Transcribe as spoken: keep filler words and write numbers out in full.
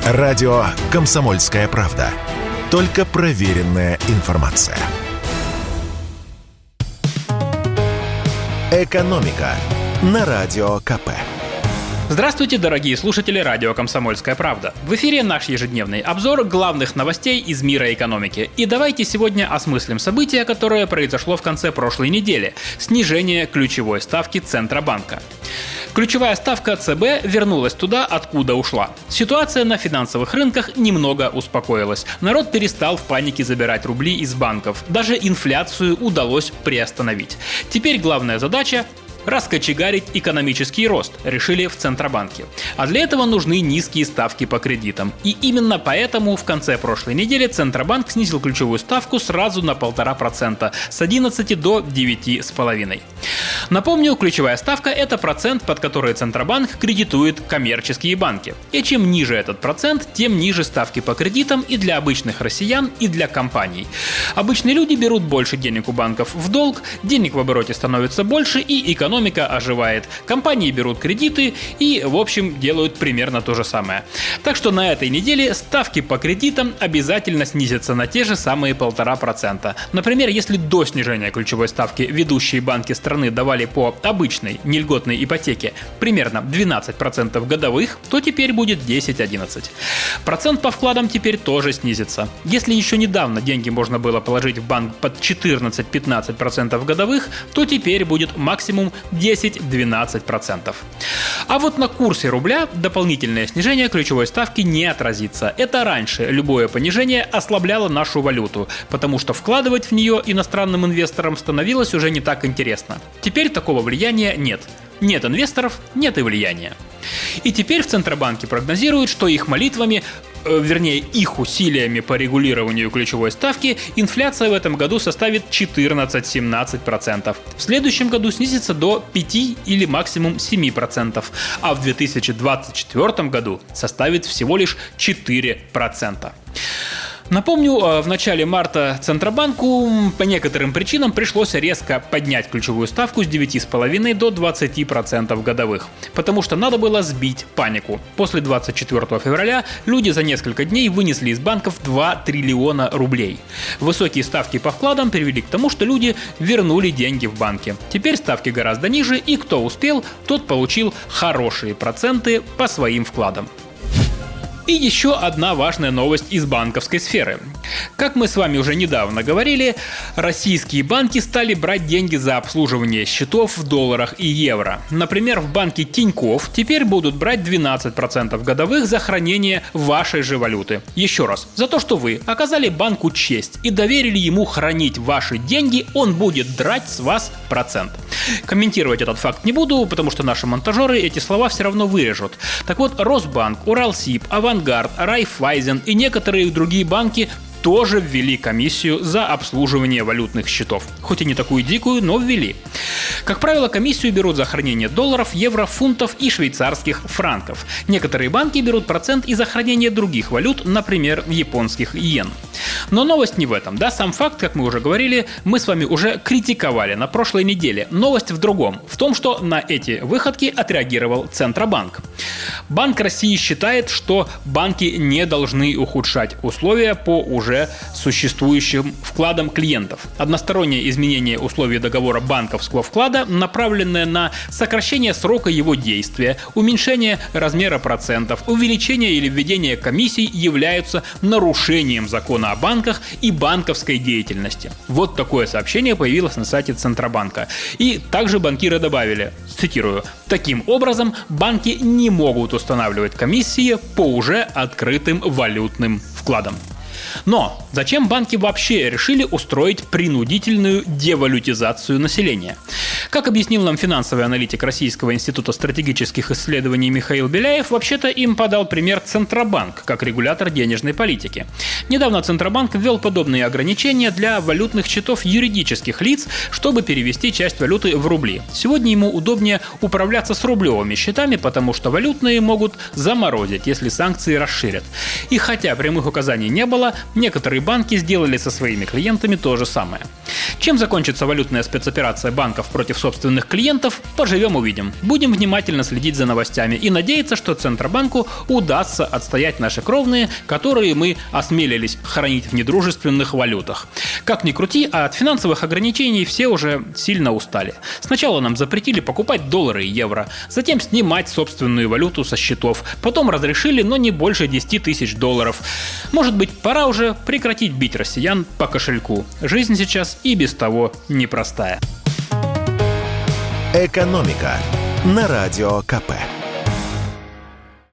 Радио «Комсомольская правда». Только проверенная информация. «Экономика» на Радио КП. Здравствуйте, дорогие слушатели радио «Комсомольская правда». В эфире наш ежедневный обзор главных новостей из мира экономики. И давайте сегодня осмыслим событие, которое произошло в конце прошлой недели – снижение ключевой ставки Центробанка. Ключевая ставка ЦБ вернулась туда, откуда ушла. Ситуация на финансовых рынках немного успокоилась. Народ перестал в панике забирать рубли из банков. Даже инфляцию удалось приостановить. Теперь главная задача – раскочегарить экономический рост, решили в Центробанке. А для этого нужны низкие ставки по кредитам. И именно поэтому в конце прошлой недели Центробанк снизил ключевую ставку сразу на полтора процента с одиннадцати до девяти с половиной. Напомню, ключевая ставка – это процент, под который Центробанк кредитует коммерческие банки. И чем ниже этот процент, тем ниже ставки по кредитам и для обычных россиян, и для компаний. Обычные люди берут больше денег у банков в долг, денег в обороте становится больше и экономика Экономика оживает. Компании берут кредиты и, в общем, делают примерно то же самое. Так что на этой неделе ставки по кредитам обязательно снизятся на те же самые полтора процента. Например, если до снижения ключевой ставки ведущие банки страны давали по обычной нельготной ипотеке примерно двенадцать процентов годовых, то теперь будет десять-одиннадцать процентов. Процент по вкладам теперь тоже снизится. Если еще недавно деньги можно было положить в банк под четырнадцать-пятнадцать процентов годовых, то теперь будет максимум десять-двенадцать процентов. А вот на курсе рубля дополнительное снижение ключевой ставки не отразится. Это раньше любое понижение ослабляло нашу валюту, потому что вкладывать в нее иностранным инвесторам становилось уже не так интересно. Теперь такого влияния нет. Нет инвесторов, нет и влияния. И теперь в Центробанке прогнозируют, что их молитвами, э, вернее их усилиями по регулированию ключевой ставки, инфляция в этом году составит четырнадцать-семнадцать процентов. В следующем году снизится до пяти или максимум семи процентов, а в две тысячи двадцать четвёртом году составит всего лишь четыре процента. Напомню, в начале марта Центробанку по некоторым причинам пришлось резко поднять ключевую ставку с девяти с половиной до двадцати процентов годовых, потому что надо было сбить панику. После двадцать четвёртого февраля люди за несколько дней вынесли из банков два триллиона рублей. Высокие ставки по вкладам привели к тому, что люди вернули деньги в банки. Теперь ставки гораздо ниже, и кто успел, тот получил хорошие проценты по своим вкладам. И еще одна важная новость из банковской сферы. Как мы с вами уже недавно говорили, российские банки стали брать деньги за обслуживание счетов в долларах и евро. Например, в банке Тинькофф теперь будут брать двенадцать процентов годовых за хранение вашей же валюты. Еще раз, за то, что вы оказали банку честь и доверили ему хранить ваши деньги, он будет драть с вас процент. Комментировать этот факт не буду, потому что наши монтажеры эти слова все равно вырежут. Так вот, Росбанк, Уралсиб, Авангард, Райффайзен и некоторые другие банки тоже ввели комиссию за обслуживание валютных счетов. Хоть и не такую дикую, но ввели. Как правило, комиссию берут за хранение долларов, евро, фунтов и швейцарских франков. Некоторые банки берут процент и за хранение других валют, например, японских йен. Но новость не в этом. Да, сам факт, как мы уже говорили, мы с вами уже критиковали на прошлой неделе. Новость в другом. В том, что на эти выходки отреагировал Центробанк. Банк России считает, что банки не должны ухудшать условия по уже существующим вкладам клиентов. Одностороннее изменение условий договора банковского вклада, направленное на сокращение срока его действия, уменьшение размера процентов, увеличение или введение комиссий являются нарушением закона о банках и банковской деятельности. Вот такое сообщение появилось на сайте Центробанка. И также банкиры добавили, цитирую, «Таким образом, банки не могут устанавливать комиссии по уже открытым валютным вкладам». Но зачем банки вообще решили устроить принудительную девалютизацию населения? Как объяснил нам финансовый аналитик Российского института стратегических исследований Михаил Беляев, вообще-то им подал пример Центробанк как регулятор денежной политики. Недавно Центробанк ввел подобные ограничения для валютных счетов юридических лиц, чтобы перевести часть валюты в рубли. Сегодня ему удобнее управляться с рублевыми счетами, потому что валютные могут заморозить, если санкции расширят. И хотя прямых указаний не было, некоторые банки сделали со своими клиентами то же самое. Чем закончится валютная спецоперация банков против собственных клиентов, поживем увидим. Будем внимательно следить за новостями и надеяться, что Центробанку удастся отстоять наши кровные, которые мы осмелились хранить в недружественных валютах. Как ни крути, а от финансовых ограничений все уже сильно устали. Сначала нам запретили покупать доллары и евро, затем снимать собственную валюту со счетов, потом разрешили, но не больше десять тысяч долларов. Может быть, пора уже прекратить бить россиян по кошельку. Жизнь сейчас и без того непростая. «Экономика» на Радио ка пэ.